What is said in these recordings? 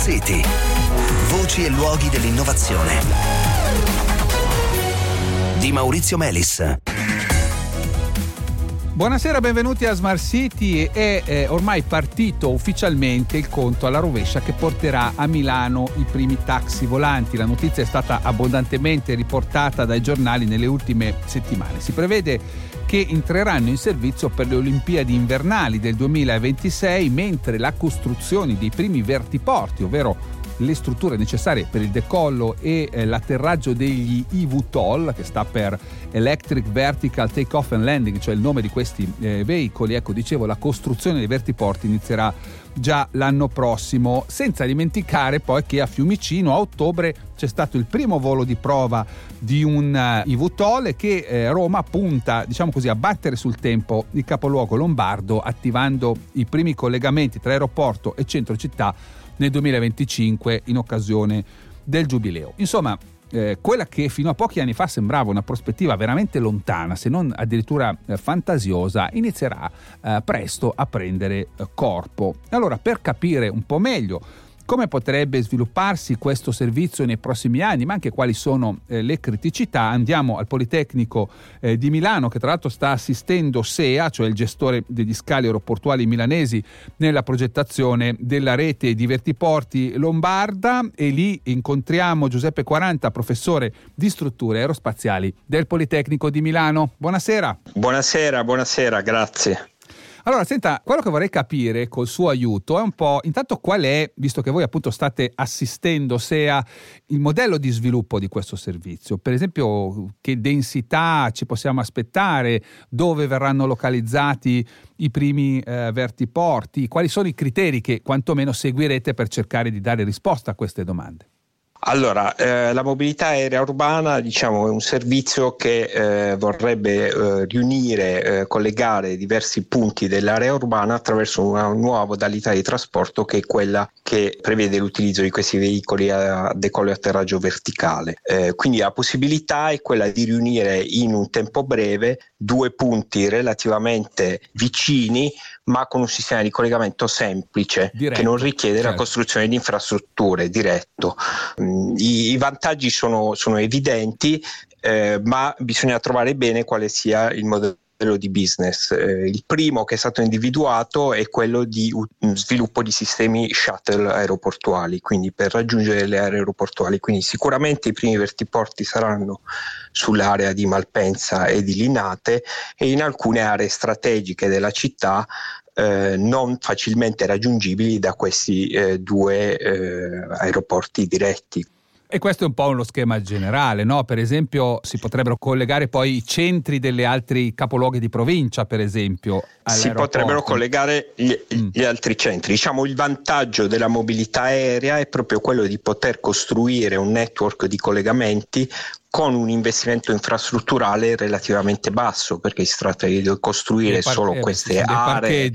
City. Voci e luoghi dell'innovazione. Di Maurizio Melis. Buonasera, benvenuti a Smart City. È ormai partito ufficialmente il conto alla rovescia che porterà a Milano i primi taxi volanti. La notizia è stata abbondantemente riportata dai giornali nelle ultime settimane. Si prevede che entreranno in servizio per le Olimpiadi invernali del 2026, mentre la costruzione dei primi vertiporti, ovvero le strutture necessarie per il decollo e l'atterraggio degli eVTOL, che sta per Electric Vertical Takeoff and Landing, cioè il nome di questi veicoli. Ecco, dicevo, la costruzione dei vertiporti inizierà già l'anno prossimo, senza dimenticare poi che a Fiumicino a ottobre c'è stato il primo volo di prova di un eVTOL e che Roma punta, diciamo così, a battere sul tempo il capoluogo lombardo, attivando i primi collegamenti tra aeroporto e centro città nel 2025 in occasione del Giubileo. Insomma, quella che fino a pochi anni fa sembrava una prospettiva veramente lontana, se non addirittura fantasiosa, inizierà presto a prendere corpo. Allora, per capire un po' meglio come potrebbe svilupparsi questo servizio nei prossimi anni, ma anche quali sono le criticità, andiamo al Politecnico di Milano, che tra l'altro sta assistendo SEA, cioè il gestore degli scali aeroportuali milanesi, nella progettazione della rete di vertiporti lombarda, e lì incontriamo Giuseppe Quaranta, professore di strutture aerospaziali del Politecnico di Milano. Buonasera. Buonasera, grazie. Allora, senta, quello che vorrei capire col suo aiuto è un po', intanto, qual è, visto che voi appunto state assistendo SEA, il modello di sviluppo di questo servizio. Per esempio, che densità ci possiamo aspettare, dove verranno localizzati i primi vertiporti, quali sono i criteri che quantomeno seguirete per cercare di dare risposta a queste domande? Allora, la mobilità aerea urbana, diciamo, è un servizio che vorrebbe riunire, collegare diversi punti dell'area urbana attraverso una nuova modalità di trasporto, che è quella che prevede l'utilizzo di questi veicoli a decollo e atterraggio verticale. Quindi la possibilità è quella di riunire in un tempo breve due punti relativamente vicini, ma con un sistema di collegamento semplice, diretto, che non richiede la costruzione di infrastrutture, diretto. I vantaggi sono evidenti, ma bisogna trovare bene quale sia il modello di business. Il primo che è stato individuato è quello di sviluppo di sistemi shuttle aeroportuali, quindi per raggiungere le aree aeroportuali. Quindi sicuramente i primi vertiporti saranno sull'area di Malpensa e di Linate e in alcune aree strategiche della città non facilmente raggiungibili da questi due aeroporti diretti. E questo è un po' uno schema generale, no? Per esempio, si potrebbero collegare poi i centri delle altri capoluoghi di provincia, per esempio. Si potrebbero collegare gli altri centri. Diciamo, il vantaggio della mobilità aerea è proprio quello di poter costruire un network di collegamenti con un investimento infrastrutturale relativamente basso, perché si tratta di costruire solo queste aree,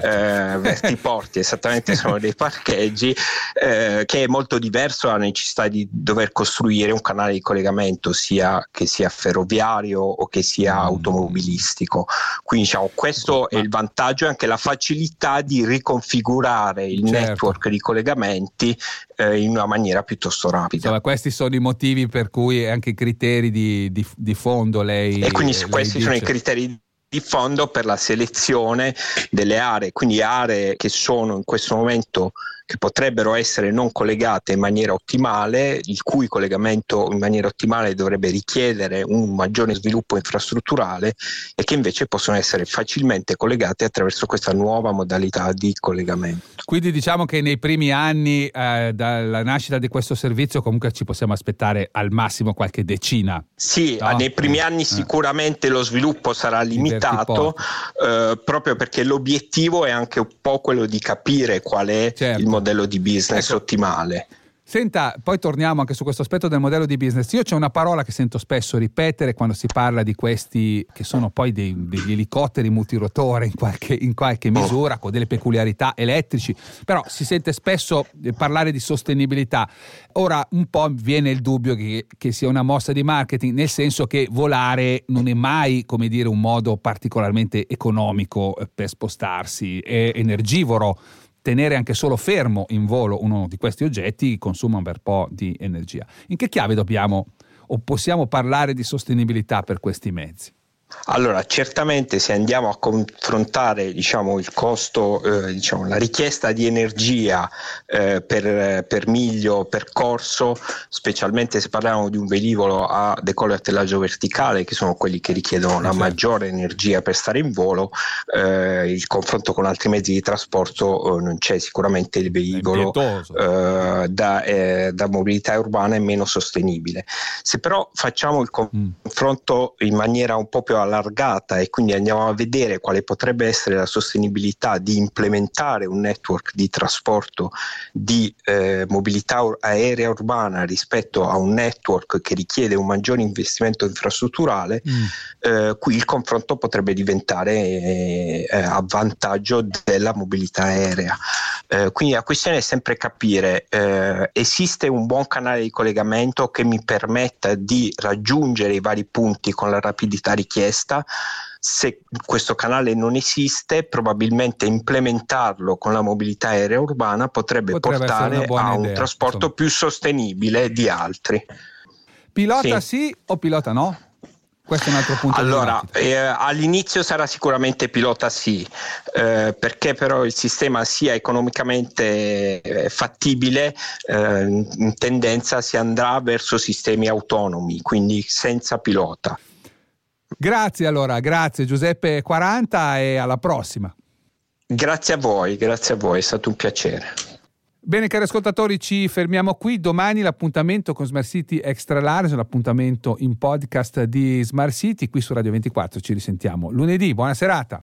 vertiporti, esattamente, sono dei parcheggi, che è molto diverso dalla necessità di dover costruire un canale di collegamento, sia che sia ferroviario o che sia automobilistico. Quindi, diciamo, questo è il vantaggio, e anche la facilità di riconfigurare il network di collegamenti in una maniera piuttosto rapida. Insomma, questi sono i motivi per cui anche i criteri di fondo lei. E quindi questi sono i criteri di fondo per la selezione delle aree, quindi aree che sono in questo momento, che potrebbero essere non collegate in maniera ottimale, il cui collegamento in maniera ottimale dovrebbe richiedere un maggiore sviluppo infrastrutturale, e che invece possono essere facilmente collegate attraverso questa nuova modalità di collegamento. Quindi diciamo che nei primi anni dalla nascita di questo servizio comunque ci possiamo aspettare al massimo qualche decina. Sì, no? Nei primi anni sicuramente lo sviluppo sarà limitato, proprio perché l'obiettivo è anche un po' quello di capire qual è il modello di business ottimale. Senta, poi torniamo anche su questo aspetto del modello di business. Io c'è una parola che sento spesso ripetere quando si parla di questi, che sono poi degli elicotteri multirotore in qualche misura, con delle peculiarità, elettrici, però si sente spesso parlare di sostenibilità. Ora un po' viene il dubbio che sia una mossa di marketing, nel senso che volare non è mai, come dire, un modo particolarmente economico per spostarsi, è energivoro. tenere anche solo fermo in volo uno di questi oggetti consuma un bel po' di energia. In che chiave dobbiamo o possiamo parlare di sostenibilità per questi mezzi? Allora, certamente se andiamo a confrontare il costo, la richiesta di energia per miglio percorso, specialmente se parliamo di un velivolo a decollo e atterraggio verticale, che sono quelli che richiedono la maggiore energia per stare in volo, il confronto con altri mezzi di trasporto non c'è. Sicuramente il velivolo da mobilità urbana è meno sostenibile. Se però facciamo il confronto in maniera un po' più allargata e quindi andiamo a vedere quale potrebbe essere la sostenibilità di implementare un network di trasporto di mobilità aerea urbana rispetto a un network che richiede un maggiore investimento infrastrutturale, qui il confronto potrebbe diventare a vantaggio della mobilità aerea. Quindi la questione è sempre capire, esiste un buon canale di collegamento che mi permetta di raggiungere i vari punti con la rapidità richiesta. Se questo canale non esiste, probabilmente implementarlo con la mobilità aerea urbana potrebbe portare a un trasporto più sostenibile di altri. Pilota sì o pilota no? Questo è un altro punto. Allora, all'inizio sarà sicuramente pilota sì, perché però il sistema sia economicamente fattibile, in tendenza si andrà verso sistemi autonomi, quindi senza pilota. Grazie Giuseppe 40 e alla prossima. Grazie a voi, è stato un piacere. Bene cari ascoltatori, ci fermiamo qui. Domani l'appuntamento con Smart City Extra Large, l'appuntamento in podcast di Smart City qui su Radio 24. Ci risentiamo lunedì, buona serata.